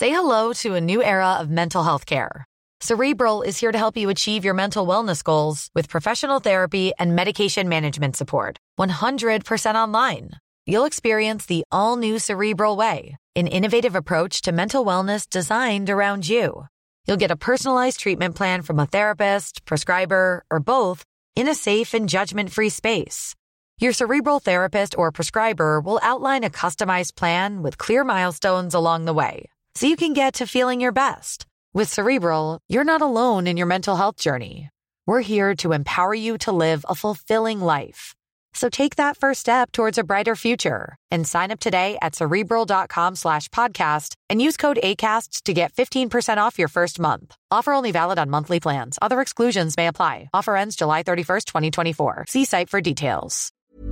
Say hello to a new era of mental health care. Cerebral is here to help you achieve your mental wellness goals with professional therapy and medication management support. 100% online. You'll experience the all-new Cerebral Way, an innovative approach to mental wellness designed around you. You'll get a personalized treatment plan from a therapist, prescriber, or both in a safe and judgment-free space. Your Cerebral therapist or prescriber will outline a customized plan with clear milestones along the way, so you can get to feeling your best. With Cerebral, you're not alone in your mental health journey. We're here to empower you to live a fulfilling life. So take that first step towards a brighter future and sign up today at Cerebral.com/podcast and use code ACAST to get 15% off your first month. Offer only valid on monthly plans. Other exclusions may apply. Offer ends July 31st, 2024. See site for details.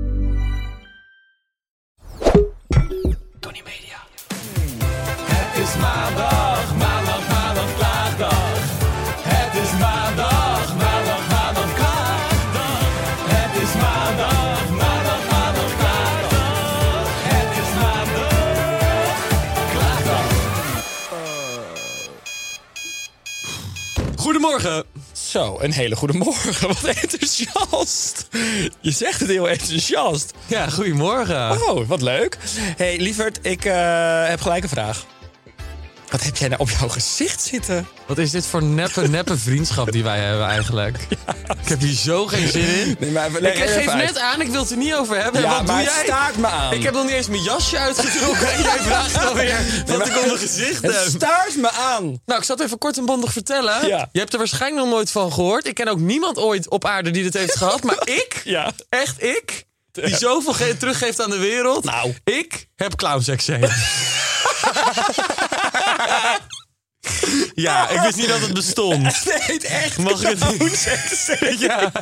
Tony Media. Het is maandag, maandag, maandag, klaagdag. Het is maandag, maandag, maandag, klaagdag. Het is maandag, maandag, maandag, klaagdag. Het is maandag, klaagdag. Goedemorgen. Zo, een hele goede morgen. Wat enthousiast. Je zegt het heel enthousiast. Ja, goedemorgen. Oh, wat leuk. Hey, lieverd, ik heb gelijk een vraag. Wat heb jij nou op jouw gezicht zitten? Wat is dit voor neppe vriendschap die wij hebben eigenlijk? Ja. Ik heb hier zo geen zin in. Nee, maar ik geef net aan, ik wil het er niet over hebben. Ja, wat maar doe jij? Het staart me aan. Ik heb nog niet eens mijn jasje uitgetrokken. En jij vraagt alweer wat ik op mijn gezicht heb. Het staart me aan. Nou, ik zal het even kort en bondig vertellen. Ja. Je hebt er waarschijnlijk nog nooit van gehoord. Ik ken ook niemand ooit op aarde die dit heeft gehad. Maar ik, Ja. echt ik, die zoveel teruggeeft aan de wereld. Nou. Ik heb clownseczeem. Ja, ik wist niet dat het bestond. Het heet echt Mag ik het niet? Ja.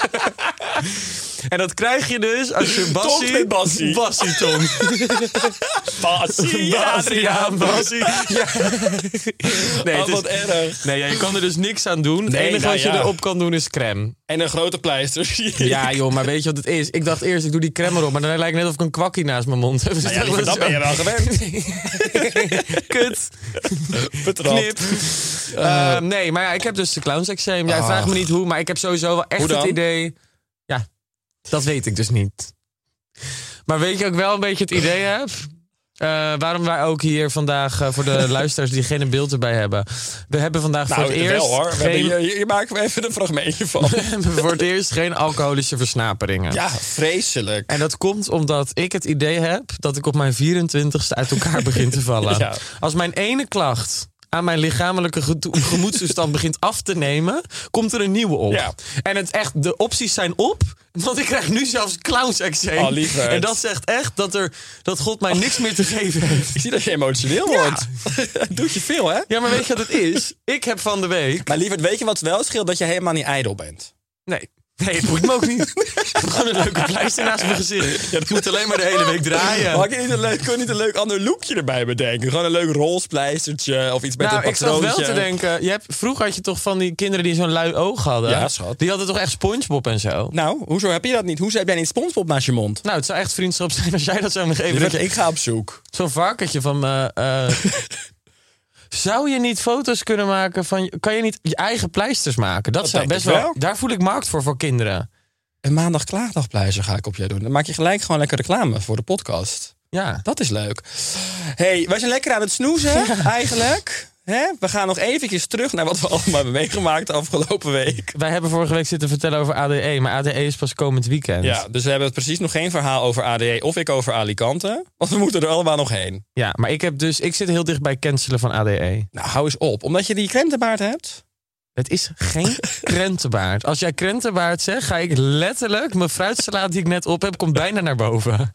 En dat krijg je dus als je Tongt met Bassie. Bassie tongt. Bassie, Adriaan, Bassie. Ja. Nee, Oh, het is, wat erg. nee, ja, je kan er dus niks aan doen. Het Nee, enige nou wat je ja. erop kan doen is crème. En een grote pleister, zie ik. Ja, joh, maar weet je wat het is? Ik dacht eerst, ik doe die crème erop, maar dan lijkt het net of ik een kwakkie naast mijn mond heb. Dus Nou ja, liever, dat ben je wel gewend. Kut. Betrapt. Knip. Nee, maar ja, ik heb dus de clownseczeem. Jij vraagt me niet hoe, maar ik heb sowieso wel echt Hoe dan? het idee... Ja, dat weet ik dus niet. Maar weet je ook wel een beetje het idee heb? Waarom wij ook hier vandaag, voor de luisteraars die geen beeld erbij hebben. We hebben vandaag voor het eerst... wel hoor. Geen, Hier maken we even een fragmentje van. we hebben voor het eerst geen alcoholische versnaperingen. Ja, vreselijk. En dat komt omdat ik het idee heb dat ik op mijn 24ste uit elkaar begin te vallen. Ja. Als mijn ene klacht aan mijn lichamelijke gemoedstoestand begint af te nemen, komt er een nieuwe op. Ja. En het echt, de opties zijn op, want ik krijg nu zelfs clownseczeem. Oh, lieverd. En dat zegt echt dat God mij niks meer te geven heeft. Ik zie dat je emotioneel Ja. wordt. Dat doet je veel, hè? Ja, maar weet je wat het is? Ik heb van de week... Maar lieverd, weet je wat wel scheelt? Dat je helemaal niet ijdel bent. Nee, het boeit me ook niet. Ik heb gewoon een leuke pleister naast mijn gezicht. Ja, dat moet alleen maar de hele week draaien. Maar kon je niet een leuk ander lookje erbij bedenken? Gewoon een leuk rolspleistertje of iets met Nou, een ik zat patroontje. wel te denken... Vroeger had je toch van die kinderen die zo'n lui oog hadden? Ja, schat. Die hadden toch echt SpongeBob en zo? Nou, hoezo heb je dat niet? Hoezo heb jij niet SpongeBob naast je mond? Nou, het zou echt vriendschap zijn als jij dat zou me geven. Dat je Ik ga op zoek. zo'n varkentje van me... Zou je niet foto's kunnen maken van... Kan je niet je eigen pleisters maken? Dat zou denk best ik wel... wel. Daar voel ik markt voor kinderen. Een maandag klaagdagpleister ga ik op jou doen. Dan maak je gelijk gewoon lekker reclame voor de podcast. Ja. Dat is leuk. Hey, wij zijn lekker aan het snoezen, eigenlijk. Hè? We gaan nog eventjes terug naar wat we allemaal hebben meegemaakt de afgelopen week. Wij hebben vorige week zitten vertellen over ADE. Maar ADE is pas komend weekend. Ja, dus we hebben precies nog geen verhaal over ADE of ik over Alicante. Want we moeten er allemaal nog heen. Ja, maar ik zit heel dicht bij cancelen van ADE. Nou, hou eens op. Omdat je die krentenbaard hebt. Het is geen krentenbaard. Als jij krentenbaard zegt, ga ik letterlijk... Mijn fruitsalaat die ik net op heb, komt bijna naar boven.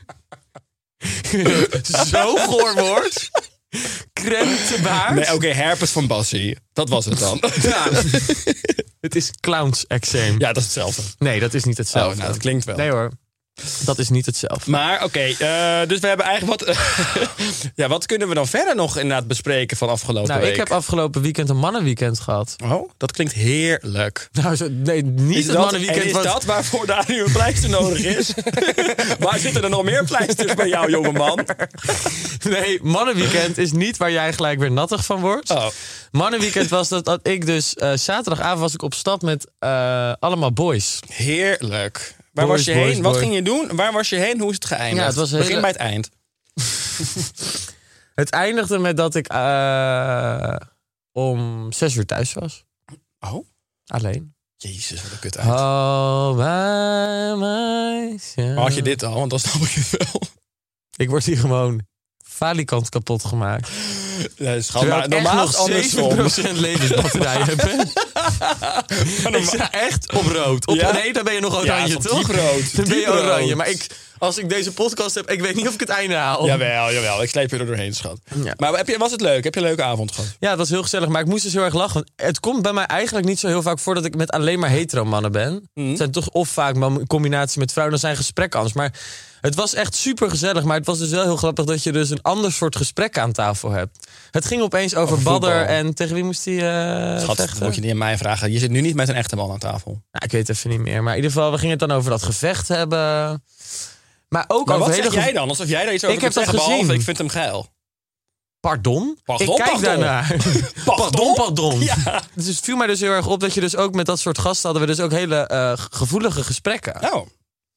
Zo goor wordt. Krentenbaard. Nee, oké, herpes van Bassie. Dat was het dan. Ja. Het is clowns-eczeem. Ja, dat is hetzelfde. Nee, dat is niet hetzelfde. Oh, nou, dat klinkt wel. Nee hoor. Dat is niet hetzelfde. Maar oké, dus we hebben eigenlijk wat... ja, wat kunnen we dan verder nog inderdaad bespreken van afgelopen week? Ik heb afgelopen weekend een mannenweekend gehad. Oh, dat klinkt heerlijk. Nou, nee, niet het mannenweekend. En is dat waarvoor daar nu een pleister nodig is? Waar zitten er nog meer pleisters bij jou, jongeman? Nee, mannenweekend is niet waar jij gelijk weer nattig van wordt. Oh. Mannenweekend was dat ik dus... zaterdagavond was ik op stap met allemaal boys. Heerlijk. Waar Boys, was je heen? boys, Wat boys. ging je doen? Waar was je heen? Hoe is het geëindigd? Ja, het was Begin hele- bij het eind. Het eindigde met dat ik om 6 uur thuis was. Oh? Alleen. Jezus, wat een kut eind. All by myself. Maar had je dit al? Want dan snap ik het wel. Ik word hier gewoon falikant kapot gemaakt. Ja, schat, Terwijl maar ik echt normaal nog is het andersom. 7% levensbatterij heb. Ik sta echt op rood. Ja? Nee, dan ben je nog oranje, Ja, toch? dieprood. Dan ben je Dieprood. oranje. Maar als ik deze podcast heb, ik weet niet of ik het einde haal. Jawel. Ik sleep je er doorheen, schat. Ja. Maar was het leuk? Heb je een leuke avond gehad? Ja, het was heel gezellig, maar ik moest dus heel erg lachen. Want het komt bij mij eigenlijk niet zo heel vaak voor dat ik met alleen maar hetero mannen ben. Het zijn toch of vaak maar in combinatie met vrouwen, dan zijn gesprekken anders. Maar het was echt super gezellig, maar het was dus wel heel grappig dat je dus een ander soort gesprek aan tafel hebt. Het ging opeens over voetbal. Badder en tegen wie moest hij Schat, dat vechten? moet je niet aan mij vragen. Je zit nu niet met een echte man aan tafel. Nou, ik weet het even niet meer, maar in ieder geval, we gingen het dan over dat gevecht hebben. Maar ook Maar over wat hele zeg jij dan? Alsof jij daar iets over Ik heb kunt dat zeggen, gezien. behalve ik vind hem geil. Pardon? Pardon, Ik kijk pardon. daarnaar. Pardon. Ja. Dus het viel mij dus heel erg op dat je dus ook met dat soort gasten hadden we dus ook hele gevoelige gesprekken. Nou.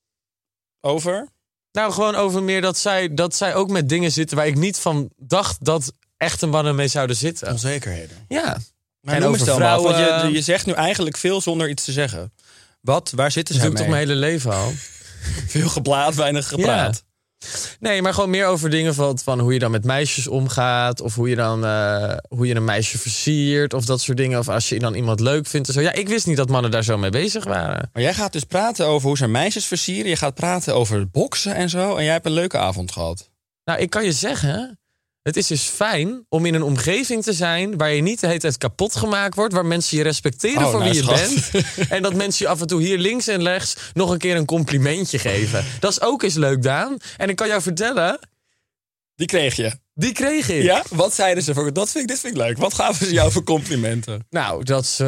Over? Nou, gewoon over meer dat zij ook met dingen zitten waar ik niet van dacht dat echte mannen mee zouden zitten. Onzekerheden. Ja. Maar En noem over eens dan maar, vrouwen. want je zegt nu eigenlijk veel zonder iets te zeggen. Waar zitten Dat zij doe ik mee? toch mijn hele leven al. Veel geblaad, weinig gepraat. Nee, maar gewoon meer over dingen van hoe je dan met meisjes omgaat. Of hoe je dan hoe je een meisje versiert. Of dat soort dingen. Of als je dan iemand leuk vindt. En zo. Ja, ik wist niet dat mannen daar zo mee bezig waren. Maar jij gaat dus praten over hoe ze meisjes versieren. Je gaat praten over boksen en zo. En jij hebt een leuke avond gehad. Nou, ik kan je zeggen, het is dus fijn om in een omgeving te zijn waar je niet de hele tijd kapot gemaakt wordt, waar mensen je respecteren voor nou, wie je schat. bent. En dat mensen je af en toe hier links en rechts nog een keer een complimentje geven. Dat is ook eens leuk, Daan. En ik kan jou vertellen, Die kreeg je. die kreeg ik. Ja? Wat zeiden ze? Dit vind ik leuk. Wat gaven ze jou voor complimenten? Nou, dat is...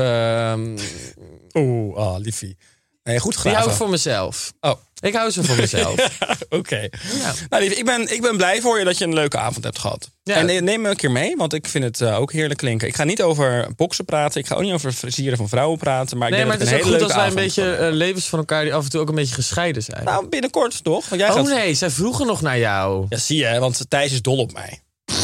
Liefie. Nee, goed die gedaan. hou ik voor mezelf. Oh, Ik hou ze voor mezelf. oké. Ja. Nou, lief, ik ben blij voor je dat je een leuke avond hebt gehad. Ja. En neem me een keer mee, want ik vind het ook heerlijk klinken. Ik ga niet over boksen praten. Ik ga ook niet over versieren van vrouwen praten. Maar ik Nee, denk maar dat het ik is een ook hele goed leuke als wij een avond beetje heb. levens van elkaar die af en toe ook een beetje gescheiden zijn. Nou, binnenkort toch? Want jij oh gaat... nee, zij vroegen nog naar jou. Ja, zie je, want Thijs is dol op mij.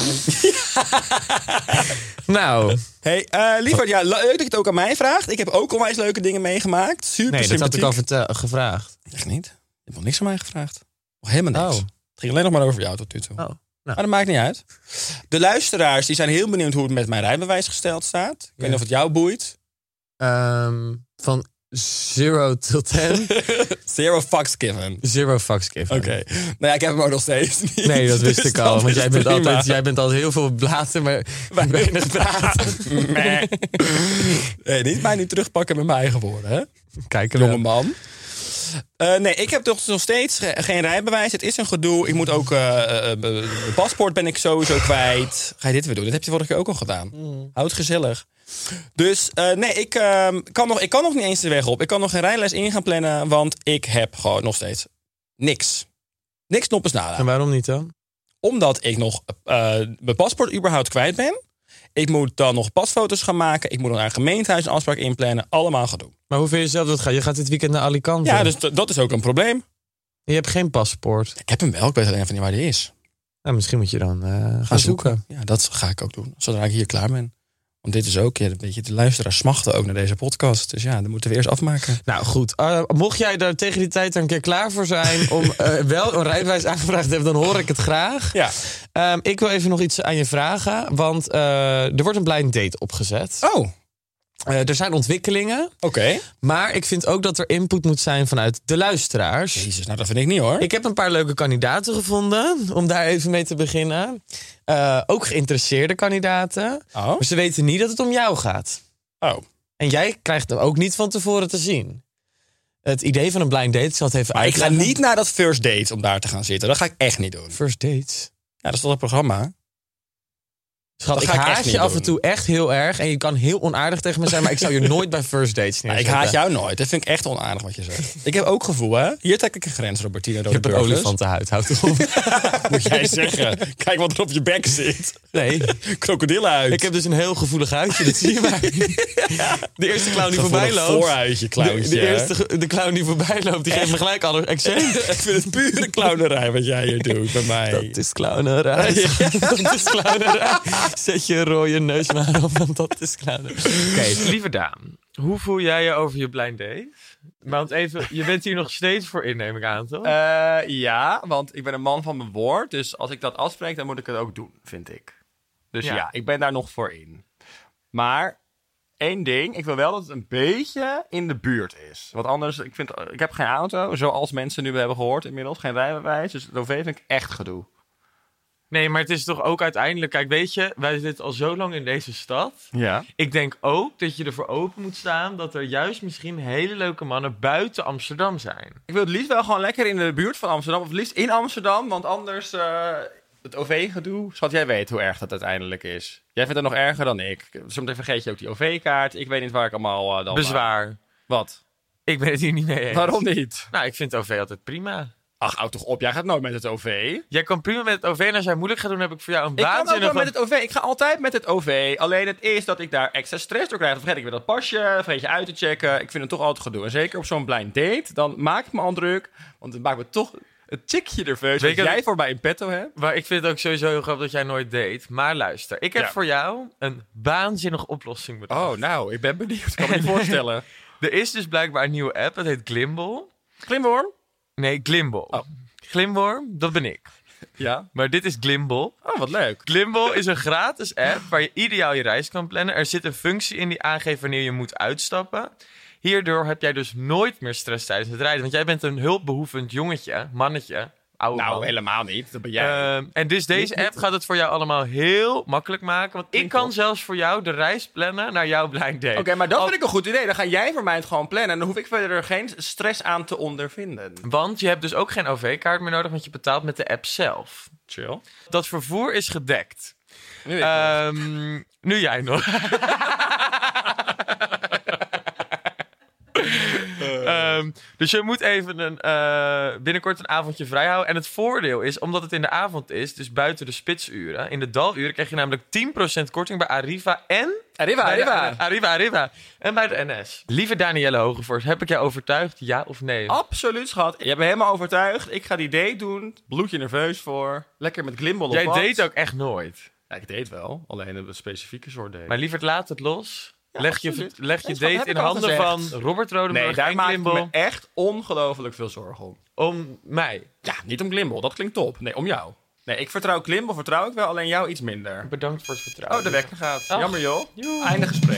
Nou, Hey, lieverd, ja, leuk dat je het ook aan mij vraagt. Ik heb ook onwijs leuke dingen meegemaakt. Super nee, dat had ik sympathiek. al gevraagd. Echt niet? Je hebt nog niks aan mij gevraagd. Nog helemaal niks. Oh. Het ging alleen nog maar over jou tot nu toe. Oh. Maar dat maakt niet uit. De luisteraars die zijn heel benieuwd hoe het met mijn rijbewijs gesteld staat. Ik weet niet of het jou boeit. Van 0 tot 10. Zero fucks given. 0 fucks given. Oké. Nou ja, ik heb hem ook nog steeds niet. Nee, dat wist Dus ik al. dat Want is jij bent, prima. jij bent altijd heel veel blaten, maar weinig praten. Meh. Nee, niet mij nu terugpakken met mijn eigen woorden, hè? Kijk, Jongeman. Nee, ik heb toch nog steeds geen rijbewijs. Het is een gedoe. Ik moet ook... mijn paspoort ben ik sowieso kwijt. Ga je dit weer doen? Dit heb je vorige keer ook al gedaan. Houd gezellig. Dus nee, ik kan nog niet eens de weg op. Ik kan nog geen rijles in gaan plannen. Want ik heb gewoon nog steeds niks. Niks noppes nada. En waarom niet dan? Omdat ik nog mijn paspoort überhaupt kwijt ben. Ik moet dan nog pasfoto's gaan maken. Ik moet nog naar een gemeentehuis een afspraak inplannen. Allemaal gedoe. Maar hoe vind je zelf dat gaat? Je gaat dit weekend naar Alicante. Ja, dus dat is ook een probleem. Je hebt geen paspoort. Ik heb hem wel. Ik weet alleen even niet waar die is. Nou, misschien moet je dan gaan zoeken. Ja, dat ga ik ook doen. Zodra ik hier klaar ben. Want dit is ook, een beetje de luisteraars smachten ook naar deze podcast. Dus ja, dat moeten we eerst afmaken. Nou goed, mocht jij daar tegen die tijd er een keer klaar voor zijn om wel een rijbewijs aangevraagd te hebben, dan hoor ik het graag. Ja. Ik wil even nog iets aan je vragen, want er wordt een blind date opgezet. Oh, Er zijn ontwikkelingen, oké. maar ik vind ook dat er input moet zijn vanuit de luisteraars. Jezus, nou dat vind ik niet hoor. Ik heb een paar leuke kandidaten gevonden, om daar even mee te beginnen. Ook geïnteresseerde kandidaten, Oh. maar ze weten niet dat het om jou gaat. Oh. En jij krijgt hem ook niet van tevoren te zien. Het idee van een blind date, ik zal het even Maar ik ga uitleggen. niet naar dat first date om daar te gaan zitten. Dat ga ik echt niet doen. First dates? Ja, dat is toch het programma? Schat, Dat ik ga ik echt haat niet je af doen. en toe echt heel erg. En je kan heel onaardig tegen me zijn, maar ik zou je nooit bij first dates Maar ik neerzetten. haat jou nooit. Dat vind ik echt onaardig wat je zegt. Ik heb ook gevoel, hè? Hier trek ik een grens, Robertine. Je hebt een olifantenhuid, houd op. Moet jij zeggen. Kijk wat er op je bek zit. Nee, Krokodillenhuid. ik heb dus een heel gevoelig huidje, dat zie je maar. De eerste clown die voorbij loopt... voorhuidje, clowntje. De clown die voorbij loopt, die geeft me gelijk alle accent. Ik vind het pure clownerij wat jij hier doet bij mij. Dat is clownerij. Dat is clownerij. Zet je rode neus maar op, want dat is clownerij. Oké, lieve Daan. Hoe voel jij je over je blind date? Want even, je bent hier nog steeds voor in, neem ik aan, toch? Ja, want ik ben een man van mijn woord. Dus als ik dat afspreek, dan moet ik het ook doen, vind ik. Dus Ja. ja, ik ben daar nog voor in. Maar één ding, ik wil wel dat het een beetje in de buurt is. Want anders, ik heb geen auto, zoals mensen nu hebben gehoord inmiddels. Geen rijbewijs, dus het OV vind ik echt gedoe. Nee, maar het is toch ook uiteindelijk... Kijk, weet je, wij zitten al zo lang in deze stad. Ja. Ik denk ook dat je ervoor open moet staan... dat er juist misschien hele leuke mannen buiten Amsterdam zijn. Ik wil het liefst wel gewoon lekker in de buurt van Amsterdam. Of het liefst in Amsterdam, want anders het OV-gedoe. Schat, jij weet hoe erg dat uiteindelijk is. Jij vindt het nog erger dan ik. Zometeen vergeet je ook die OV-kaart. Ik weet niet waar ik allemaal dan... Bezwaar. Wat? Ik ben het hier niet mee eens. Waarom niet? Nou, ik vind het OV altijd prima. Ach, houd toch op. Jij gaat nooit met het OV. Jij kan prima met het OV en als jij moeilijk gaat doen... heb ik voor jou een Ik kan ook waanzinnige... wel met het OV. Ik ga altijd met het OV. Alleen het is dat ik daar extra stress door krijg. Dan vergeet ik weer dat pasje. Vergeet je uit te checken. Ik vind het toch altijd gedoe. En zeker op zo'n blind date. Dan maak ik me al druk. Want het maakt me toch een tikje nerveus. Weet Wat je jij dat- voor mij in petto hebt. Maar ik vind het ook sowieso heel grappig dat jij nooit date. Maar luister, ik heb Ja. voor jou een waanzinnige oplossing bedacht. Oh, nou. Ik ben benieuwd. Ik kan me niet voorstellen. Er is dus blijkbaar een nieuwe app, dat heet Glimble. Glimworm? Nee, Glimble. Oh. Glimworm, dat ben ik. Ja. Maar dit is Glimble. Oh, wat leuk. Glimble is een gratis app waar je ideaal je reis kan plannen. Er zit een functie in die aangeeft wanneer je moet uitstappen. Hierdoor heb jij dus nooit meer stress tijdens het rijden. Want jij bent een hulpbehoevend jongetje, mannetje, oude man. Nou, helemaal niet. Dat ben jij. En dus deze app gaat het voor jou allemaal heel makkelijk maken. Want ik Klinkt kan top. zelfs voor jou de reis plannen naar jouw blind date. Oké, maar dat Al- vind ik een goed idee. Dan ga jij voor mij het gewoon plannen. En dan hoef ik verder geen stress aan te ondervinden. Want je hebt dus ook geen OV-kaart meer nodig, want je betaalt met de app zelf. Chill. Dat vervoer is gedekt. Nu ik nog. Nu jij nog. Dus je moet even binnenkort een avondje vrij houden. En het voordeel is, omdat het in de avond is, dus buiten de spitsuren, in de daluren krijg je namelijk 10% korting bij Arriva en... Arriva. En bij de NS. Lieve Danielle Hogevorst, heb ik jou overtuigd, ja of nee? Absoluut, schat. Je hebt me helemaal overtuigd. Ik ga die date doen. Bloedje nerveus voor. Lekker met glimbal op Jij pad. date ook echt nooit. Ja, ik date wel. Alleen een specifieke soort date. Maar lieverd, laat het los. Ja, leg je absoluut. date Nee, schat, in heb ik al handen gezegd. van Robert Rodenburg Nee, daar en maak ik me Glimbal echt ongelooflijk veel zorgen om. om mij. Ja, niet om Glimbal. Dat klinkt top. Nee, om jou. Nee, ik vertrouw Glimbal, vertrouw ik wel. Alleen jou iets minder. Bedankt voor het vertrouwen. Oh, de wekker gaat. Ach. Jammer joh. Joe. Einde gesprek.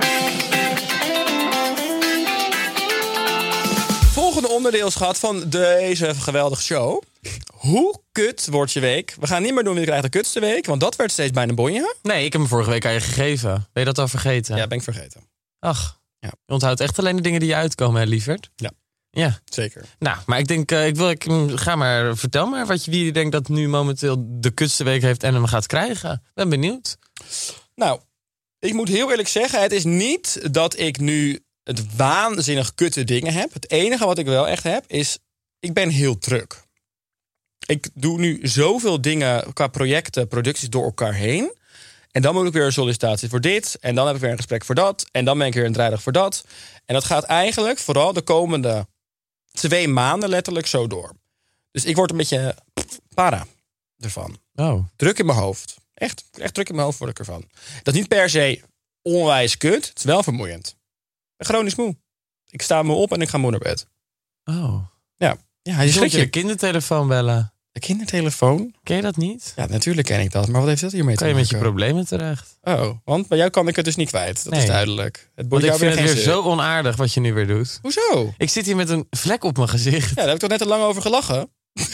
Volgende onderdeel, schat, van deze geweldige show. Hoe kut wordt je week? We gaan niet meer doen wie krijgt de kutste week, want dat werd steeds bijna bonje. Nee, ik heb hem vorige week aan je gegeven. Ben je dat al vergeten? Ja, ben ik vergeten. Ach, Ja. je onthoudt echt alleen de dingen die je uitkomen, hè, lieverd? Ja. Ja. Zeker. Nou, maar ik denk, ga maar, vertel maar wie je denkt dat nu momenteel de kutste week heeft en hem gaat krijgen. Ben benieuwd. Nou, ik moet heel eerlijk zeggen, het is niet dat ik nu het waanzinnig kutte dingen heb. Het enige wat ik wel echt heb, is ik ben heel druk. Ik doe nu zoveel dingen qua projecten, producties door elkaar heen. En dan moet ik weer een sollicitatie voor dit. En dan heb ik weer een gesprek voor dat. En dan ben ik weer een draaidag voor dat. En dat gaat eigenlijk vooral de komende 2 maanden letterlijk zo door. Dus ik word een beetje para ervan. Oh. Druk in mijn hoofd. Echt druk in mijn hoofd word ik ervan. Dat is niet per se onwijs kut. Het is wel vermoeiend. Ik ben chronisch moe. Ik sta me op en ik ga moe naar bed. Oh. Ja, je Je schrik moet je de je. kindertelefoon bellen. De kindertelefoon? Ken je dat niet? Ja, natuurlijk ken ik dat. Maar wat heeft dat hiermee te Kan je maken? met je problemen terecht. Oh, want bij jou kan ik het dus niet kwijt. Dat Nee. is duidelijk. Het boeit Want ik jou vind weer het geen weer zin. zo onaardig wat je nu weer doet. Hoezo? Ik zit hier met een vlek op mijn gezicht. Ja, daar heb ik toch net te lang over gelachen?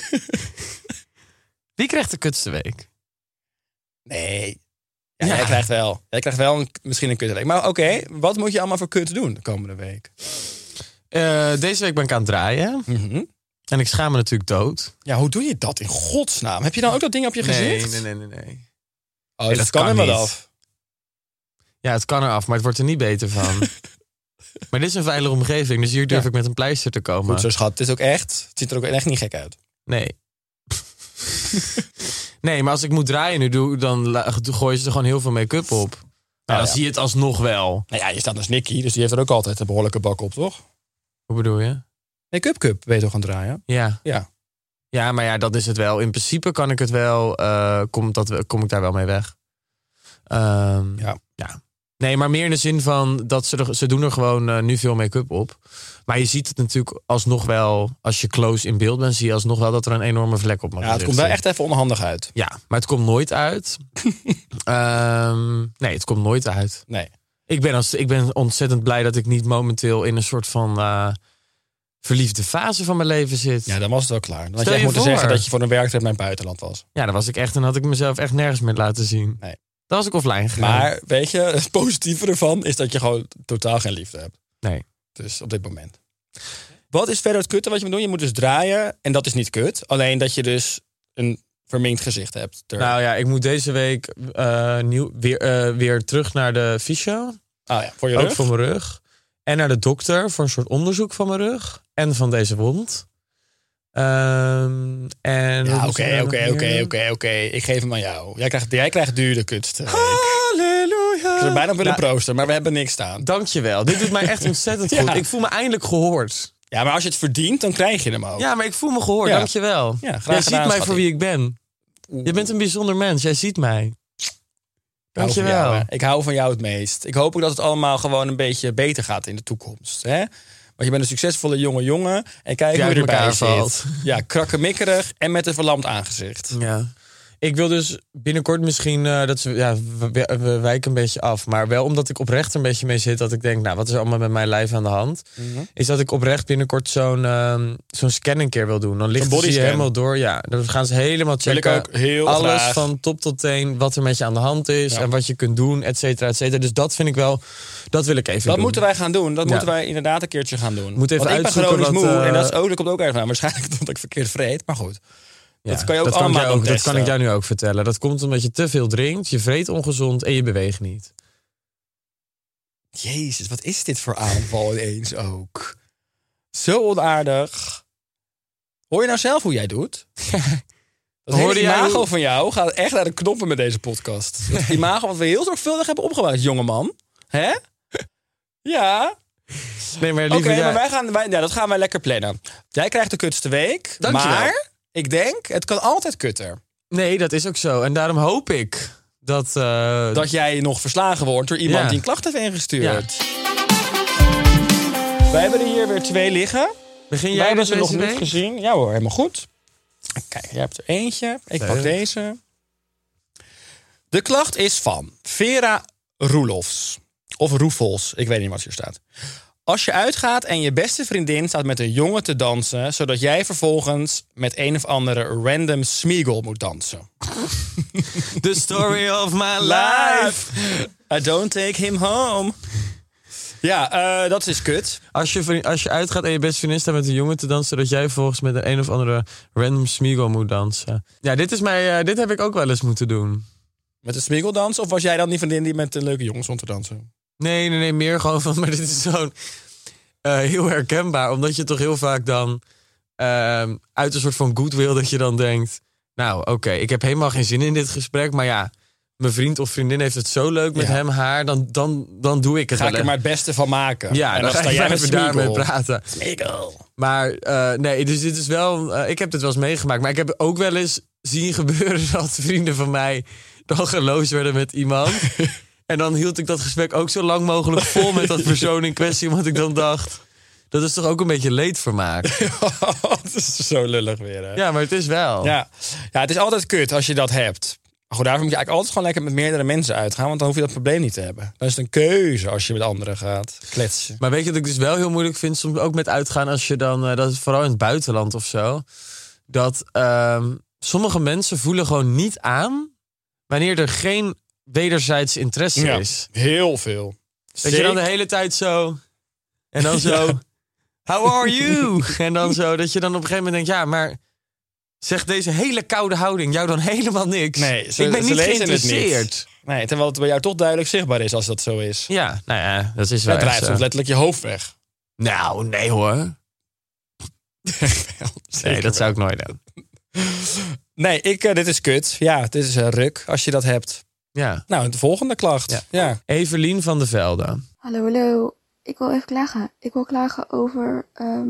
Wie krijgt de kutste week? Nee. Ja, Ja. Jij krijgt wel misschien een kutweek. Maar oké, wat moet je allemaal voor kut doen de komende week? Deze week ben ik aan het draaien. Mhm. En ik schaam me natuurlijk dood. Ja, hoe doe je dat in godsnaam? Heb je dan ook dat ding op je gezicht? Nee. Oh, Nee, dat kan er niet. wel af. Ja, het kan eraf, maar het wordt er niet beter van. Maar dit is een veilige omgeving, dus hier durf ik met een pleister te komen. Goed zo, schat. Het is ook echt. Het ziet er ook echt niet gek uit. Nee. Nee, maar als ik moet draaien nu, dan gooien ze er gewoon heel veel make-up op. Nou, dan zie je het alsnog wel. Nou ja, je staat als Nicky, dus die heeft er ook altijd een behoorlijke bak op, toch? Hoe bedoel je? Nee, Cup, weet je toch gaan draaien? Ja. Ja. Ja, maar ja, dat is het wel. In principe kan ik het wel, kom ik daar wel mee weg. Ja. Nee, maar meer in de zin van dat ze doen er gewoon nu veel make-up op. Maar je ziet het natuurlijk alsnog wel, als je close in beeld bent, zie je alsnog wel dat er een enorme vlek op mijn Ja, het gezicht komt wel zit. echt even onhandig uit. Ja, maar het komt nooit uit. Nee, het komt nooit uit. Nee. Ik ben ontzettend blij dat ik niet momenteel in een soort van verliefde fase van mijn leven zit. Ja, dan was het wel klaar. Dan had Stel je echt je moeten voor. zeggen dat je voor een werktrip naar het buitenland was. Ja, dan was ik echt, dan had ik mezelf echt nergens meer laten zien. Nee. Dan was ik offline gegaan. Maar weet je, het positieve ervan is dat je gewoon totaal geen liefde hebt. Nee. Dus op dit moment. Wat is verder het kutte wat je moet doen? Je moet dus draaien en dat is niet kut. Alleen dat je dus een verminkt gezicht hebt. Nou ja, ik moet deze week weer terug naar de fysio. Ah ja, voor je Ook rug? voor mijn rug. En naar de dokter voor een soort onderzoek van mijn rug. En van deze wond. En Ja, oké. Ik geef hem aan jou. Jij krijgt duur de kutste. Ik zou bijna op willen proosten, maar we hebben niks staan. Dankjewel. Dit doet mij echt ontzettend goed. Ja. Ik voel me eindelijk gehoord. Ja, maar als je het verdient, dan krijg je hem ook. Ja, maar ik voel me gehoord. Ja. Dankjewel. Ja, graag Jij gedaan, ziet mij schatje. voor wie ik ben. Je bent een bijzonder mens. Jij ziet mij. Ik hou van Dankjewel. jou, hè. Ik hou van jou het meest. Ik hoop ook dat het allemaal gewoon een beetje beter gaat in de toekomst. Hè? Want je bent een succesvolle jongen. En kijk Die hoe je uit erbij elkaar zit. valt. Ja, krakkemikkerig en met een verlamd aangezicht. Ja. Ik wil dus binnenkort misschien, we wijken een beetje af. Maar wel omdat ik oprecht er een beetje mee zit. Dat ik denk, nou, wat is er allemaal met mijn lijf aan de hand? Is dat ik oprecht binnenkort zo'n scan een keer wil doen. Dan ligt bodyscan. je helemaal door. Ja, dan gaan ze helemaal Wil checken. ik ook heel alles graag. van top tot teen. Wat er met je aan de hand is. Ja. En wat je kunt doen, et cetera, et cetera. Dus dat vind ik wel, dat wil ik even Dat doen. moeten wij gaan doen. Dat Ja. moeten wij inderdaad een keertje gaan doen. Moet even Want ik ben uitzoeken chronisch wat, moe. En dat komt ook ergens aan. Waarschijnlijk omdat ik verkeerd vreet. Maar goed. Ja, dat kan je ook dat allemaal jou dan dat testen. kan ik jou nu ook vertellen. Dat komt omdat je te veel drinkt, je vreet ongezond en je beweegt niet. Jezus, wat is dit voor aanval ineens ook? Zo onaardig. Hoor je nou zelf hoe jij doet? Dat hele Hoorde jij imago hoe- van jou gaat echt naar de knoppen met deze podcast. Dat imago wat we heel zorgvuldig hebben opgebouwd, jongeman. Hè? Ja. Nee, maar Oké, liever maar dat gaan wij lekker plannen. Jij krijgt de kutste week. Dankjewel. Maar ik denk, het kan altijd kutter. Nee, dat is ook zo. En daarom hoop ik dat... Dat jij nog verslagen wordt door iemand Ja. die een klacht heeft ingestuurd. Wij hebben er hier weer 2 liggen. Begin Wij jij hebben dus ze nog deze niet week? gezien. Ja hoor, helemaal goed. Kijk, jij hebt er eentje. Ik pak Leuk. deze. De klacht is van Vera Roelofs. Of Roefels, ik weet niet wat hier staat. Als je uitgaat en je beste vriendin staat met een jongen te dansen... zodat jij vervolgens met een of andere random smeagol moet dansen. The story of my life. I don't take him home. Ja, dat is kut. Als je uitgaat en je beste vriendin staat met een jongen te dansen... zodat jij volgens met een of andere random smeagol moet dansen. Ja, dit heb ik ook wel eens moeten doen. Met een smeagol dansen? Of was jij dan die vriendin die met een leuke jongen stond te dansen? Nee, meer gewoon van... Maar dit is zo'n heel herkenbaar. Omdat je toch heel vaak dan uit een soort van goodwill... dat je dan denkt... Nou, oké, ik heb helemaal geen zin in dit gesprek. Maar ja, mijn vriend of vriendin heeft het zo leuk met Ja. hem, haar. Dan doe ik het Ga ik wel. er maar het beste van maken. Ja, en dan dan ga sta je jij met even daarmee smeagol. praten. Smeagol. Maar nee, dus dit is wel... ik heb dit wel eens meegemaakt. Maar ik heb ook wel eens zien gebeuren... dat vrienden van mij dan geloosd werden met iemand... En dan hield ik dat gesprek ook zo lang mogelijk vol met dat persoon in kwestie. Want ik dan dacht, dat is toch ook een beetje leedvermaak. Het is zo lullig weer, hè? Ja, maar het is wel. Ja, het is altijd kut als je dat hebt. Maar goed, daarvoor moet je eigenlijk altijd gewoon lekker met meerdere mensen uitgaan. Want dan hoef je dat probleem niet te hebben. Dan is het een keuze als je met anderen gaat kletsen. Maar weet je wat ik dus wel heel moeilijk vind? Soms ook met uitgaan als je dan, dat is vooral in het buitenland of zo. Dat sommige mensen voelen gewoon niet aan wanneer er geen wederzijds interesse Ja, is. heel veel. Dat je dan de hele tijd zo... En dan zo... How are you? En dan zo, dat je dan op een gegeven moment denkt... ja, maar zegt deze hele koude houding jou dan helemaal niks? Nee, ik ben niet lezen het geïnteresseerd. niet. Nee, terwijl het bij jou toch duidelijk zichtbaar is als dat zo is. Ja, nou ja, dat is wel Het echt draait zo. soms letterlijk je hoofd weg. Nou, nee hoor. Nee, dat zou ik nooit doen. Nee, dit is kut. Ja, dit is een ruk als je dat hebt. Ja. Nou, de volgende klacht. Ja. Evelien van de Velde. Hallo. Ik wil even klagen. Ik wil klagen over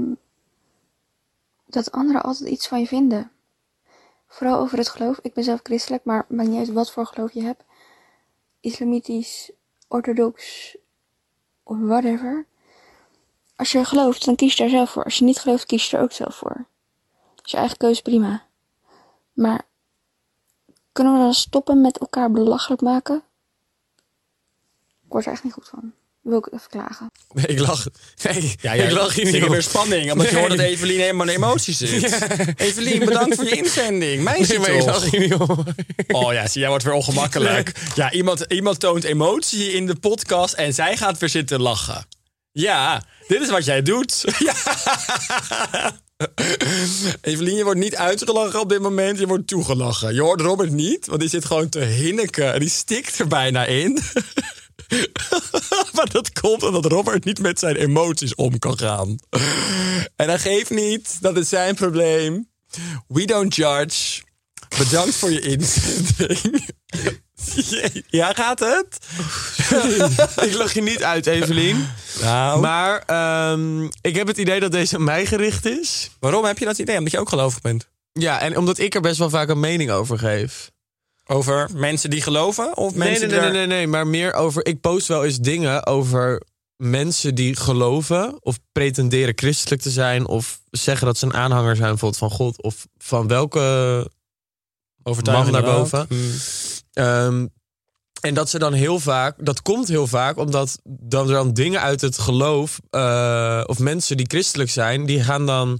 dat anderen altijd iets van je vinden. Vooral over het geloof. Ik ben zelf christelijk, maar maakt niet uit wat voor geloof je hebt. Islamitisch, orthodox of whatever. Als je gelooft, dan kies je daar zelf voor. Als je niet gelooft, kies je er ook zelf voor. Dat is je eigen keuze, prima. Maar kunnen we dan stoppen met elkaar belachelijk maken? Ik word er echt niet goed van. Wil ik even klagen. Nee, ik lach. Nee, Ja, ik lach hier niet zit op. weer spanning, omdat je Nee. hoort dat Evelien helemaal in emoties zit. Evelien, bedankt voor je inzending. Meisje Nee, maar ik lach toch? hier niet op. Oh ja, zie jij wordt weer ongemakkelijk. Ja, iemand toont emotie in de podcast en zij gaat weer zitten lachen. Ja, dit is wat jij doet. Ja. Evelien, je wordt niet uitgelachen op dit moment, je wordt toegelachen. Je hoort Robert niet, want die zit gewoon te hinniken en die stikt er bijna in. Maar dat komt omdat Robert niet met zijn emoties om kan gaan. En dat geeft niet, dat is zijn probleem. We don't judge. Bedankt voor je inzending. Ja, gaat het? Ik lach je niet uit, Evelien. Nou, Maar ik heb het idee dat deze aan mij gericht is. waarom heb je dat idee? Omdat je ook gelovig bent. Ja, en omdat ik er best wel vaak een mening over geef. Over mensen die geloven? Of mensen Nee, maar meer over... Ik post wel eens dingen over mensen die geloven... of pretenderen christelijk te zijn... of zeggen dat ze een aanhanger zijn bijvoorbeeld van God... of van welke man daarboven. En dat ze dan heel vaak... Dat komt heel vaak omdat dan dingen uit het geloof... of mensen die christelijk zijn... die gaan dan...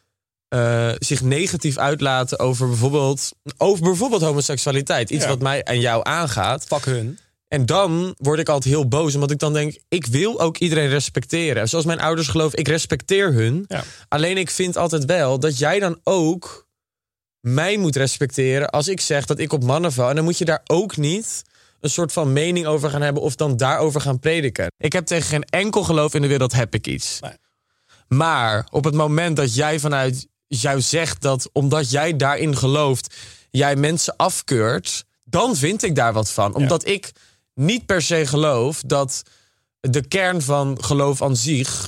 zich negatief uitlaten over bijvoorbeeld homoseksualiteit. Iets wat mij en jou aangaat. Fuck hun. En dan word ik altijd heel boos. Omdat ik dan denk, ik wil ook iedereen respecteren. Zoals mijn ouders geloven, ik respecteer hun. Ja. Alleen ik vind altijd wel dat jij dan ook mij moet respecteren... als ik zeg dat ik op mannen val. En dan moet je daar ook niet een soort van mening over gaan hebben... of dan daarover gaan prediken. Ik heb tegen geen enkel geloof in de wereld heb ik iets. Nee. Maar op het moment dat jij vanuit jou zegt dat omdat jij daarin gelooft... jij mensen afkeurt, dan vind ik daar wat van. Omdat ik niet per se geloof dat de kern van geloof aan zich...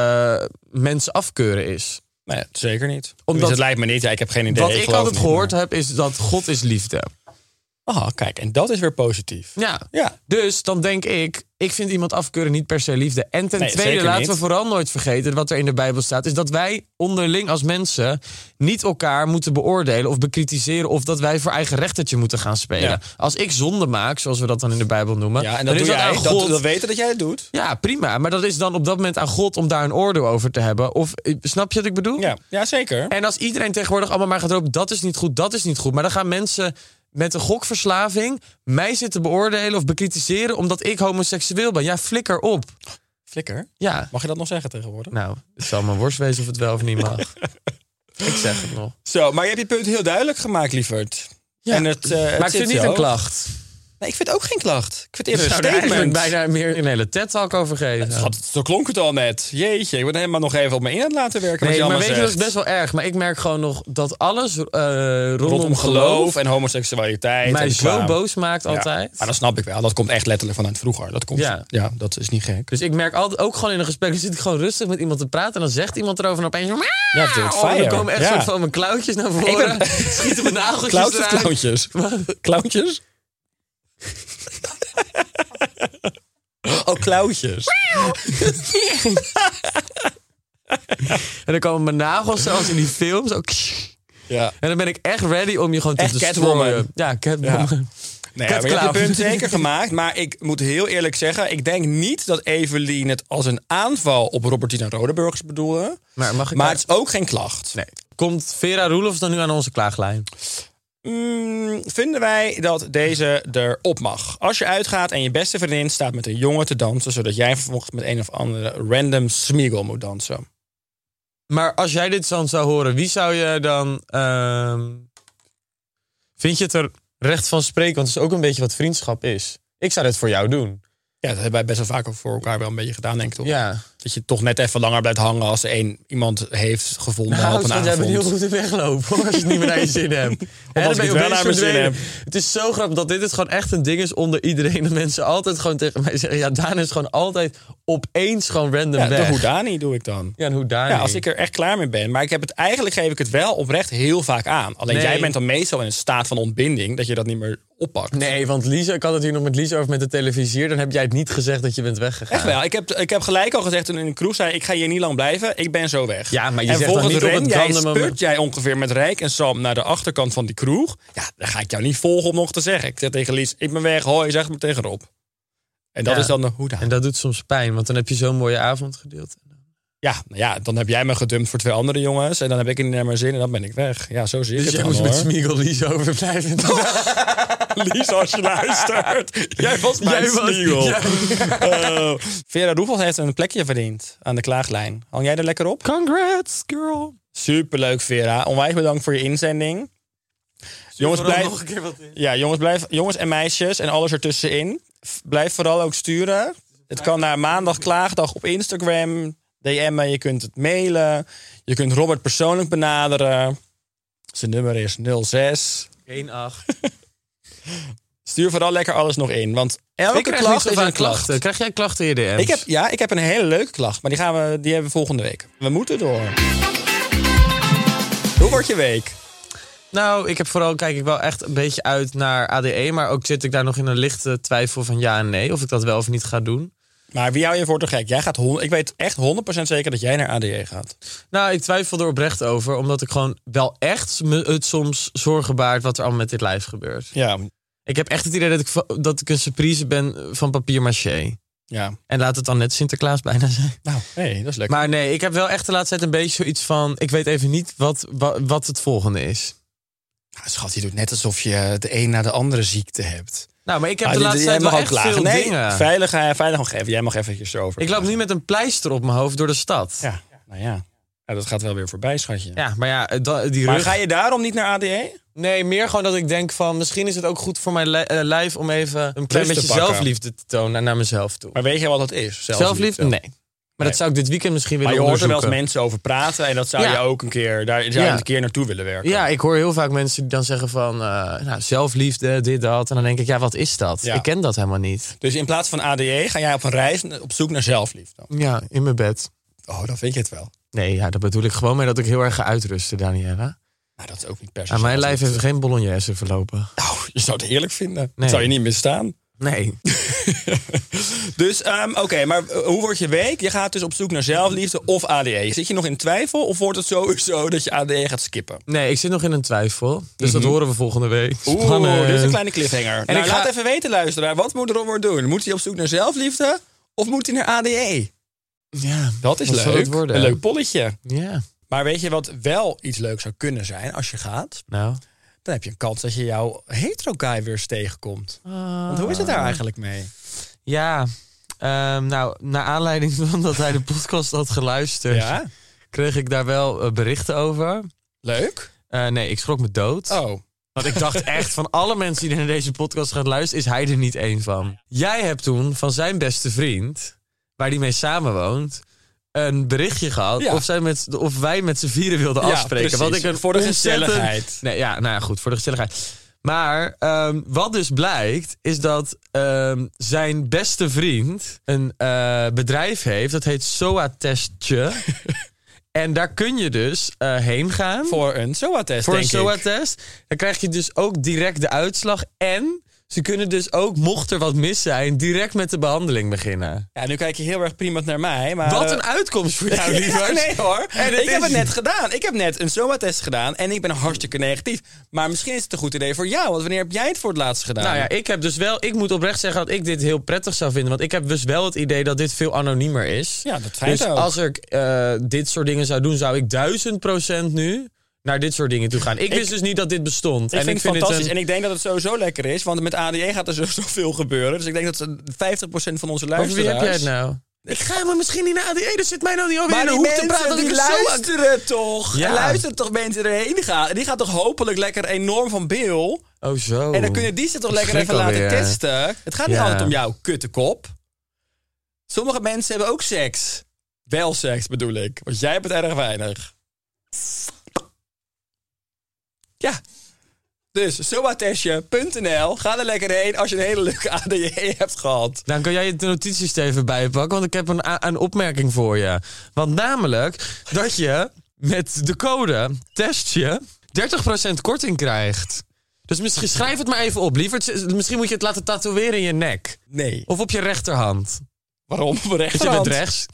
mensen afkeuren is. Nee, zeker niet. Omdat- Het lijkt me niet. Ja, ik heb geen idee. Wat ik geloof altijd niet, gehoord maar- heb, is dat God is liefde. Aha, kijk, en dat is weer positief. Ja. Ja. Dus dan denk ik vind iemand afkeuren niet per se liefde. En ten Nee, tweede, zeker laten niet. we vooral nooit vergeten... wat er in de Bijbel staat, is dat wij onderling als mensen... niet elkaar moeten beoordelen of bekritiseren... of dat wij voor eigen rechtertje moeten gaan spelen. Ja. Als ik zonde maak, zoals we dat dan in de Bijbel noemen... Ja, en dan dat is doe dat jij. aan God. Dat weten dat jij het doet. Ja, prima. Maar dat is dan op dat moment aan God om daar een oordeel over te hebben. Of snap je wat ik bedoel? Ja, zeker. En als iedereen tegenwoordig allemaal maar gaat roepen... dat is niet goed, dat is niet goed. Maar dan gaan mensen met een gokverslaving... mij zitten beoordelen of bekritiseren... omdat ik homoseksueel ben. Ja, flikker op. Flikker. Ja. Mag je dat nog zeggen tegenwoordig? Nou, het zal mijn worst wezen of het wel of niet mag. Ik zeg het nog. Zo, maar je hebt je punt heel duidelijk gemaakt, lieverd. Ja, En het, maar ik zit vind niet zo. een klacht. Nee, ik vind ook geen klacht. Ik vind het eerder Ik een zou er eigenlijk statement. bijna meer een hele TED-talk over geven. Schat, zo klonk het al net. Jeetje, ik ben helemaal nog even op me in aan het laten werken. Nee, wat je maar weet allemaal je, dat is zegt. best wel erg. Maar ik merk gewoon nog dat alles rondom Rondom geloof en homoseksualiteit. mij en zo kwaad. boos maakt Ja, altijd. maar dat snap ik wel. Dat komt echt letterlijk vanuit vroeger. Dat komt, Ja. Dat is niet gek. Dus ik merk altijd, ook gewoon in een gesprek... dan zit ik gewoon rustig met iemand te praten... en dan zegt iemand erover en opeens... Ja, het wordt Oh, fire. dan komen echt Ja. soort van mijn klauwtjes naar voren. Schieten mijn nageltjes Klauwtjes of eruit. clowntjes? Clowntjes? Oh, klauwtjes. En dan komen mijn nagels zoals in die films. Ook. Ja. En dan ben ik echt ready om je gewoon Echt te Catwoman. destroyen. Ja, Catwoman. Nee, maar je hebt je Catclown. punt zeker gemaakt. Maar ik moet heel eerlijk zeggen... ik denk niet dat Evelien het als een aanval op Robertina Rodenburgers bedoelde. Maar mag ik Maar daar- het is ook geen klacht. Nee. Komt Vera Roelofs dan nu aan onze klaaglijn? Vinden wij dat deze erop mag. Als je uitgaat en je beste vriendin staat met een jongen te dansen... zodat jij vervolgens met een of andere random smiegel moet dansen. Maar als jij dit dan zou horen, wie zou je dan... vind je het er recht van spreken? Want het is ook een beetje wat vriendschap is. Ik zou dit voor jou doen. Ja, dat hebben wij best wel vaak ook voor elkaar wel een beetje gedaan, denk ik toch? Ja. Dat je toch net even langer blijft hangen als iemand heeft gevonden op een Nou, jij avond. bent heel goed in weglopen, hoor, als je het niet meer naar je zin hebt. Hè, als dan ik ben je het wel opeens naar mijn zin verdwenen. heb. Het is zo grappig dat dit het gewoon echt een ding is onder iedereen. Dat mensen altijd gewoon tegen mij zeggen... Ja, Daan is gewoon altijd opeens gewoon random Ja, weg. de hoedani doe ik dan. Ja, en hoe daar Ja, als ik er echt klaar mee ben. Maar eigenlijk geef ik het wel oprecht heel vaak aan. Alleen Nee. jij bent dan meestal in een staat van ontbinding dat je dat niet meer oppakt. Nee, want Lisa, ik had het hier nog met Lisa over met de televisie. Dan heb jij het niet gezegd dat je bent weggegaan. Echt wel. Ik heb gelijk al gezegd toen in de kroeg zei ik ga hier niet lang blijven. Ik ben zo weg. Ja, maar je en zegt dan volgens niet op Ren, het jij random moment. spurt jij ongeveer met Rijk en Sam naar de achterkant van die kroeg. Ja, dan ga ik jou niet volgen om nog te zeggen. Ik zeg tegen Lies, ik ben weg. Hoi, zeg me tegen Rob. En dat Ja. is dan de hoe dan. En dat doet soms pijn, want dan heb je zo'n mooie avond gedeeld. Ja, nou ja, dan heb jij me gedumpt voor 2 andere jongens. En dan heb ik het niet naar mijn zin en dan ben ik weg. Ja, zo zie ik Dus het jij dan, moest met hoor. Smiegel Lisa overblijven. Lies, als je luistert. Jij was mijn Jij was- smiegel. Ja. Vera Roefels heeft een plekje verdiend aan de klaaglijn. Hang jij er lekker op? Congrats, girl. Superleuk, Vera. Onwijs bedankt voor je inzending. Jongens, Vooral blijf, nog een keer wat in. ja, jongens en meisjes en alles ertussenin. Blijf vooral ook sturen. Het kan naar Maandag Klaagdag op Instagram. DM'en, je kunt het mailen. Je kunt Robert persoonlijk benaderen. Zijn nummer is 06. 1-8. Stuur vooral lekker alles nog in. Want elke Ik krijg klacht niet zo is vaak een klacht. klachten. Krijg jij klachten in je DM's? Ik heb een hele leuke klacht. Maar die hebben we volgende week. We moeten door. Hoe wordt je week? Nou, kijk ik wel echt een beetje uit naar ADE. Maar ook zit ik daar nog in een lichte twijfel van ja en nee. Of ik dat wel of niet ga doen. Maar wie hou je voor te gek? Jij gaat ik weet echt 100% zeker dat jij naar ADE gaat. Nou, ik twijfel er oprecht over. Omdat ik gewoon wel echt me het soms zorgen baart wat er allemaal met dit lijf gebeurt. Ja, Ik heb echt het idee dat ik een surprise ben van papier-maché. ja. En laat het dan net Sinterklaas bijna zijn. Nou, nee, dat is lekker. Maar nee, ik heb wel echt de laatste tijd een beetje zoiets van... Ik weet even niet wat het volgende is. Ja, schat, je doet net alsof je de een na de andere ziekte hebt. Nou, maar ik heb Ah, de laatste jij tijd wel mag echt ook klagen. veel Nee, dingen. veilig nog even. Jij mag eventjes erover. Ik loop nu met een pleister op mijn hoofd door de stad. Ja, nou ja. Ja, dat gaat wel weer voorbij, schatje. Ja, maar ja, die Maar rug... ga je daarom niet naar ADE? Nee, meer gewoon dat ik denk van... Misschien is het ook goed voor mijn lijf om even een klein te beetje pakken. zelfliefde te tonen naar mezelf toe. Maar weet je wat dat is? Zelfliefde? Nee. Maar dat zou ik dit weekend misschien Maar willen je hoort er wel eens onderzoeken. mensen over praten. En dat zou Ja. je ook een keer, daar zou je Ja. een keer naartoe willen werken. Ja, ik hoor heel vaak mensen die dan zeggen van... zelfliefde, dit, dat. En dan denk ik, ja, wat is dat? Ja. Ik ken dat helemaal niet. Dus in plaats van ADE ga jij op een reis op zoek naar zelfliefde. Ja, in mijn bed. Oh, dan vind je het wel. Nee, ja, daar bedoel ik gewoon mee dat ik heel erg ga uitrusten, Daniela. Nou, dat is ook niet per se. Aan mijn lijf heeft zelfliefde. er geen bolognese verlopen. Nou, je zou het heerlijk vinden. Nee. Dat zou je niet misstaan. Nee. Dus, oké, maar hoe wordt je week? Je gaat dus op zoek naar zelfliefde of ADE. Zit je nog in twijfel of wordt het sowieso dat je ADE gaat skippen? Nee, ik zit nog in een twijfel. Dus dat horen we volgende week. Oeh, dit is een kleine cliffhanger. En Nou, ik ga- laat even weten, luisteraar. Wat moet Robert doen? Moet hij op zoek naar zelfliefde of moet hij naar ADE? Ja, Dat is wat zal leuk. het worden? Een leuk polletje. Ja. Maar weet je wat wel iets leuks zou kunnen zijn als je gaat? Nou. Dan heb je een kans dat je jouw hetero guy weer eens tegenkomt. Want hoe is het daar eigenlijk mee? Ja, nou, naar aanleiding van dat hij de podcast had geluisterd... Ja? kreeg ik daar wel berichten over. Leuk? Nee, ik schrok me dood. Oh. Want ik dacht echt, van alle mensen die naar deze podcast gaan luisteren... is hij er niet één van. Jij hebt toen van zijn beste vriend, waar hij mee samenwoont... een berichtje gehad Ja. of wij met z'n vieren wilden afspreken. precies. Wat ik een Voor de ontzettend- gezelligheid. Nee, ja, nou ja, goed, voor de gezelligheid. Maar wat dus blijkt, is dat zijn beste vriend een bedrijf heeft... dat heet SOA-testje. En daar kun je dus heen gaan. Voor een SOA-test, Voor een denk ik. SOA-test. Dan krijg je dus ook direct de uitslag. En ze kunnen dus ook, mocht er wat mis zijn... direct met de behandeling beginnen. Ja, nu kijk je heel erg prima naar mij. Maar, Wat een uitkomst voor jou, lieverd. nee hoor. En het Ik heb is- het net gedaan. Ik heb net een SOA-test gedaan en ik ben hartstikke negatief. Maar misschien is het een goed idee voor jou. Want wanneer heb jij het voor het laatst gedaan? Nou ja, ik heb dus wel... Ik moet oprecht zeggen dat ik dit heel prettig zou vinden. Want ik heb dus wel het idee dat dit veel anoniemer is. Ja, dat schijnt Dus ook. als ik dit soort dingen zou doen... zou ik 1000% nu naar dit soort dingen toe gaan. Ik wist dus niet dat dit bestond. Ik vind het fantastisch. een- En ik denk dat het sowieso lekker is. Want met ADE gaat er sowieso veel gebeuren. Dus ik denk dat 50% van onze Over luisteraars... wie heb jij het nou? Ik ga helemaal misschien niet naar ADE. Er zit mij nou niet alweer Maar in de die hoek te praten. mensen Dat die ik zo luisteren toch? Ja. Er luisteren toch mensen erheen gaan? En die gaan toch hopelijk lekker enorm van Bill? Oh, zo. En dan kunnen die ze toch lekker Schrik even laten alweer. testen? Het gaat niet Ja. altijd om jouw kuttekop. Sommige mensen hebben ook seks. Wel seks bedoel ik. Want jij hebt het erg weinig. Ja. Dus zoatestje.nl. Ga er lekker heen als je een hele leuke ADE hebt gehad. Dan kan jij je notities er even bijpakken, want ik heb een opmerking voor je. Want namelijk dat je met de code testje 30% korting krijgt. Dus misschien schrijf het maar even op. Lieverd, misschien moet je het laten tatoeëren in je nek. Nee. Of op je rechterhand. Waarom? Op mijn Want je rechterhand. bent rechts.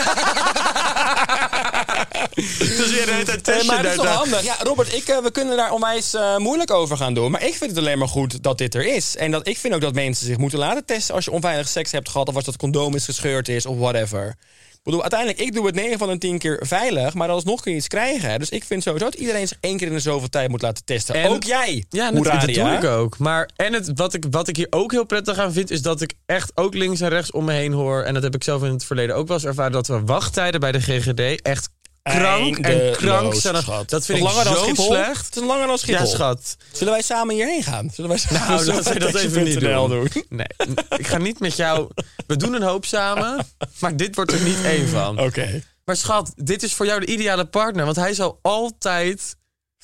Dus weer de hele tijd Nee, testje. maar dat is toch daar. handig. Ja, Robert, we kunnen daar onwijs moeilijk over gaan doen. Maar ik vind het alleen maar goed dat dit er is. En ik vind ook dat mensen zich moeten laten testen als je onveilig seks hebt gehad. Of als dat condoom is gescheurd is of whatever. Ik bedoel, uiteindelijk, ik doe het 9 van de 10 keer veilig. Maar alsnog kun je iets krijgen. Hè. Dus ik vind sowieso dat iedereen zich 1 keer in de zoveel tijd moet laten testen. En- ook jij. Ja, dat doe ik ook. Maar wat ik hier ook heel prettig aan vind, is dat ik echt ook links en rechts om me heen hoor. En dat heb ik zelf in het verleden ook wel eens ervaren, dat we wachttijden bij de GGD echt krank en krank zijn. Schat. Dat vind ik Nog langer dan zo Schiphol? slecht. Het is langer dan Schiphol. Ja, schat. Zullen wij samen hierheen gaan? Zullen wij samen Nou, laten we dat even niet doen. Nee, ik ga niet met jou. We doen een hoop samen, maar dit wordt er niet één van. Oké. Maar schat, dit is voor jou de ideale partner, want hij zal altijd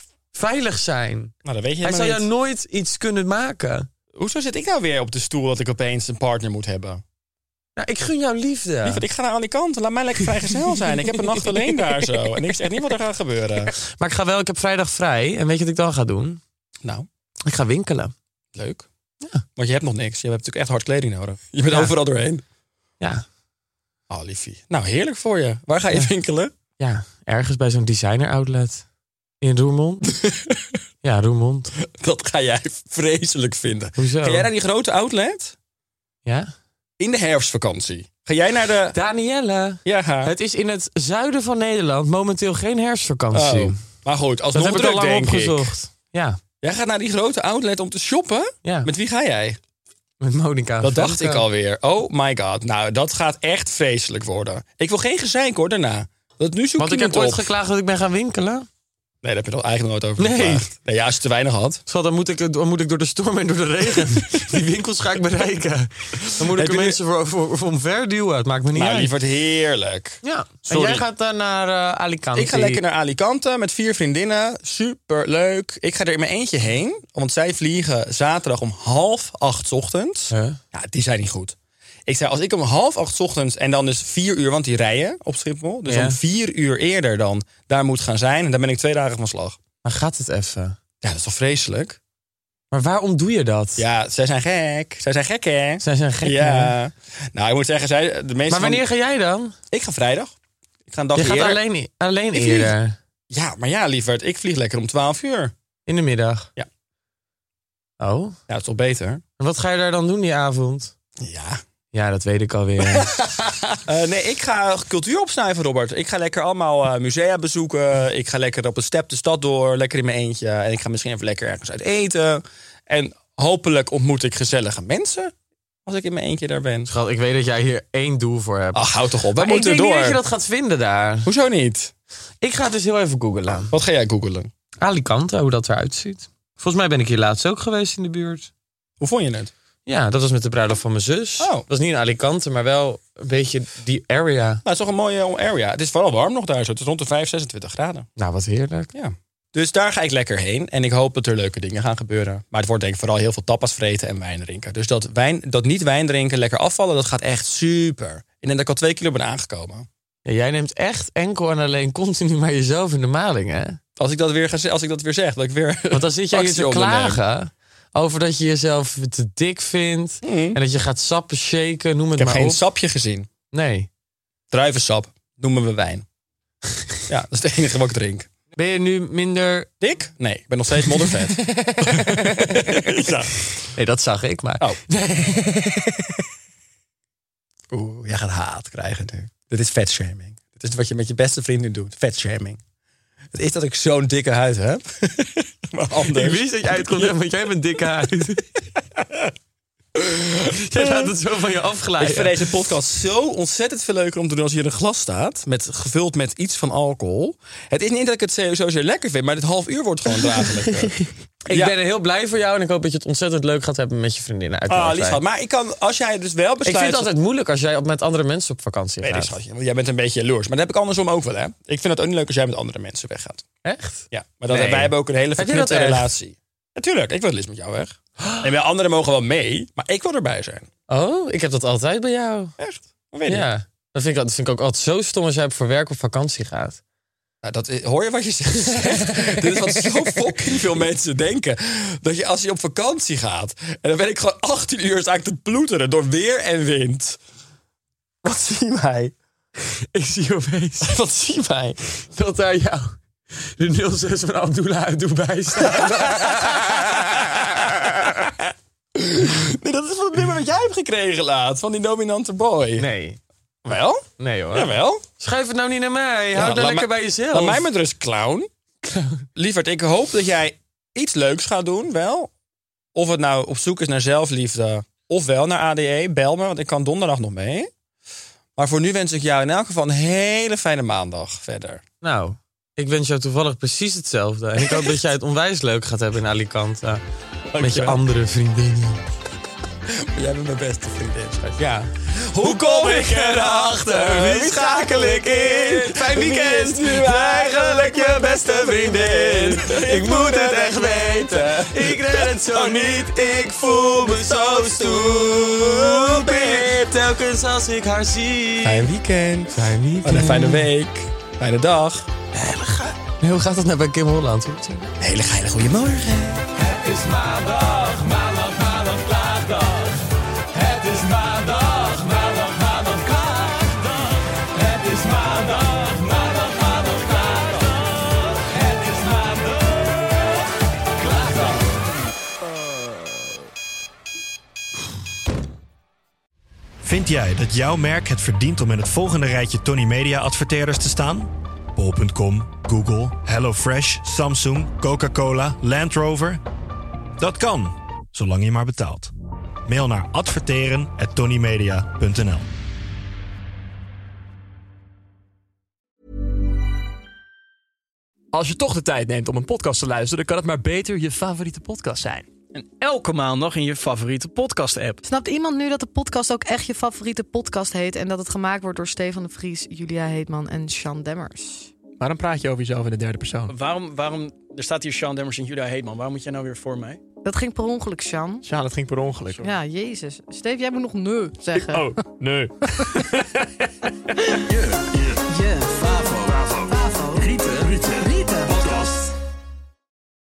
veilig zijn. Nou, dat weet je Hij zal helemaal jou niet. nooit iets kunnen maken. Hoezo zit ik nou weer op de stoel dat ik opeens een partner moet hebben? Nou, ik gun jou liefde. Lieverd, ik ga naar Alicante. Laat mij lekker vrijgezel zijn. Ik heb een nacht alleen daar zo. En ik zeg niet wat er gaat gebeuren. Maar ik heb vrijdag vrij. En weet je wat ik dan ga doen? Nou, Ik ga winkelen. leuk. Ja. Want je hebt nog niks. Je hebt natuurlijk echt hard kleding nodig. Je bent Ja. overal doorheen. Ja. Oh, liefie. Nou, heerlijk voor je. Waar ga je winkelen? Ja, ergens bij zo'n designer outlet. In Roermond. Ja, Roermond. Dat ga jij vreselijk vinden. Hoezo? Ga jij naar die grote outlet? Ja? In de herfstvakantie. Ga jij naar de... Danielle. Ja. Het is in het zuiden van Nederland momenteel geen herfstvakantie. Oh. Maar goed, Dat alsnog heb ik druk, al lang denk ik. opgezocht. Ja. Jij gaat naar die grote outlet om te shoppen? Ja. Met wie ga jij? Met Monica. Dat dacht Franke. ik alweer. Oh my god. Nou, dat gaat echt vreselijk worden. Ik wil geen gezeik hoor daarna. Dat nu zoek Want je ik heb het ooit op. geklaagd dat ik ben gaan winkelen. Nee, daar heb je nog eigenlijk nooit over Nee. geklaagd. Nee, ja, als je te weinig had. Schat, dan moet ik door de storm en door de regen. Die winkels ga ik bereiken. Dan moet ik Heb er je- mensen voor omver duwen. Het maakt me niet Nou, uit. lieverd, heerlijk. Ja. En Sorry. jij gaat dan naar Alicante. Ik ga lekker naar Alicante met 4 vriendinnen. Super leuk. Ik ga er in mijn eentje heen. Want zij vliegen zaterdag om 7:30 ochtends. Huh? Ja, die zijn niet goed. Ik zei, als ik om 7:30 ochtends en dan dus 4 uur, want die rijden op Schiphol. Dus Ja. om 4 uur eerder dan daar moet gaan zijn. En dan ben ik 2 dagen van slag. Maar gaat het even? Ja, dat is toch vreselijk? Maar waarom doe je dat? Ja, zij zijn gek. Zij zijn gek, hè? Zij zijn gek. hè? Ja. Nou, ik moet zeggen, de meeste Maar wanneer ga jij dan? Ik ga vrijdag. Ik ga een dag Je gaat eerder. alleen Ik eerder. Ja, maar ja, lieverd. Ik vlieg lekker om 12 uur. In de middag. Ja. Oh. Ja, dat is toch beter? En wat ga je daar dan doen die avond? Ja. Ja, dat weet ik alweer. Nee, ik ga cultuur opsnuiven, Robert. Ik ga lekker allemaal musea bezoeken. Ik ga lekker op een step de stad door. Lekker in mijn eentje. En ik ga misschien even lekker ergens uit eten. En hopelijk ontmoet ik gezellige mensen. Als ik in mijn eentje daar ben. Schat, ik weet dat jij hier 1 doel voor hebt. Ach, houd toch op. Wij maar ik moeten denk niet door. dat je dat gaat vinden daar. Hoezo niet? Ik ga het dus heel even googlen. Wat ga jij googelen? Alicante, hoe dat eruit ziet. Volgens mij ben ik hier laatst ook geweest in de buurt. Hoe vond je het? Ja, dat was met de bruiloft van mijn zus. Oh. Dat was niet in Alicante, maar wel een beetje die area. Nou, het is toch een mooie area. Het is vooral warm nog daar zo. Het is rond de 26 graden. Nou, wat heerlijk. Ja. Dus daar ga ik lekker heen. En ik hoop dat er leuke dingen gaan gebeuren. Maar het wordt denk ik vooral heel veel tapas vreten en wijn drinken. Dus dat niet wijn drinken, lekker afvallen, dat gaat echt super. Ik denk dat ik al 2 kilo ben aangekomen. Ja, jij neemt echt enkel en alleen continu maar jezelf in de maling, hè? Als ik dat weer zeg, dat ik weer... Want dan zit jij hier actie te onderneem. klagen over dat je jezelf te dik vindt. En dat je gaat sappen, shaken, noem het Ik heb maar geen op. sapje gezien. Nee. Druivensap noemen we wijn. Ja, dat is het enige wat ik drink. Ben je nu minder... Dik? Nee, ik ben nog steeds moddervet. Ja. Nee, dat zag ik, maar... Oh. Oeh, jij gaat haat krijgen nu. Dit is vetshaming. Dit is wat je met je beste vrienden doet. Vetshaming. Het is dat ik zo'n dikke huid heb. Maar anders. Ik wist dat jij het kon zeggen, want jij hebt een dikke huid. Je laat het zo van je afglijden. Ik vind deze podcast zo ontzettend veel leuker om te doen als hier een glas staat. Gevuld met iets van alcohol. Het is niet dat ik het zo lekker vind, maar dit half uur wordt gewoon draaglijker. Ik ben er heel blij voor jou en ik hoop dat je het ontzettend leuk gaat hebben met je vriendinnen. Liesgat, maar als jij dus wel besluit... Ik vind het altijd moeilijk als jij met andere mensen op vakantie gaat. Nee, schatje, want jij bent een beetje jaloers. Maar dat heb ik andersom ook wel, hè. Ik vind het ook niet leuk als jij met andere mensen weggaat. Echt? Ja, maar wij hebben ook een hele verknipte relatie. Natuurlijk, ik wil het liefst met jou weg. En bij anderen mogen wel mee, maar ik wil erbij zijn. Oh, ik heb dat altijd bij jou. Echt? Dat weet ik. Ja, dat vind ik ook altijd zo stom als jij voor werk op vakantie gaat. Nou, hoor je wat je zegt? Dit is wat zo fucking veel mensen denken. Dat je als je op vakantie gaat... en dan ben ik gewoon 18 uur eigenlijk te ploeteren door weer en wind. Wat zie wij? Ik zie opeens Wat zie wij? dat daar jou de 06 van Abdullah uit Dubai staat. Nee, dat is van het nummer wat jij hebt gekregen laat. Van die dominante boy. Nee. Wel? Nee hoor. Jawel. Schuif het nou niet naar mij. Hou het lekker bij jezelf. Laat mij met rust, clown. Lieverd, ik hoop dat jij iets leuks gaat doen, wel. Of het nou op zoek is naar zelfliefde... of wel naar ADE, bel me, want ik kan donderdag nog mee. Maar voor nu wens ik jou in elk geval een hele fijne maandag verder. Nou, ik wens jou toevallig precies hetzelfde. En ik hoop dat jij het onwijs leuk gaat hebben in Alicante. Met je andere vriendinnen. Jij bent mijn beste vriendin, schat. Ja. Hoe kom ik erachter? Wie schakel ik in? Fijn weekend, nu eigenlijk je beste vriendin. Ik moet het echt weten. Ik red het zo niet. Ik voel me zo stupid. Telkens als ik haar zie. Fijn weekend. Fijn weekend. En een fijne week. Fijne dag. Nee, hoe gaat dat nou bij Kim Holland? Een hele geile goeiemorgen. Het is maandag, maandag, maandag, klaagdag. Het is maandag, maandag, maandag, klaagdag. Het is maandag, maandag, maandag, klaagdag. Het is maandag, klaagdag. Vind jij dat jouw merk het verdient om in het volgende rijtje Tony Media adverteerders te staan? Bol.com, Google, HelloFresh, Samsung, Coca-Cola, Land Rover? Dat kan, zolang je maar betaalt. Mail naar adverteren@tonymedia.nl. Als je toch de tijd neemt om een podcast te luisteren, dan kan het maar beter je favoriete podcast zijn. En elke maandag in je favoriete podcast-app. Snapt iemand nu dat de podcast ook echt je favoriete podcast heet... en dat het gemaakt wordt door Stefan de Vries, Julia Heetman en Sean Demmers? Waarom praat je over jezelf in de derde persoon? Waarom er staat hier Sean Demmers en Julia Heetman. Waarom moet jij nou weer voor mij? Dat ging per ongeluk, Sean. Ja, dat ging per ongeluk. Ja, jezus. Steve, jij moet nog nee zeggen. Oh, nee. Je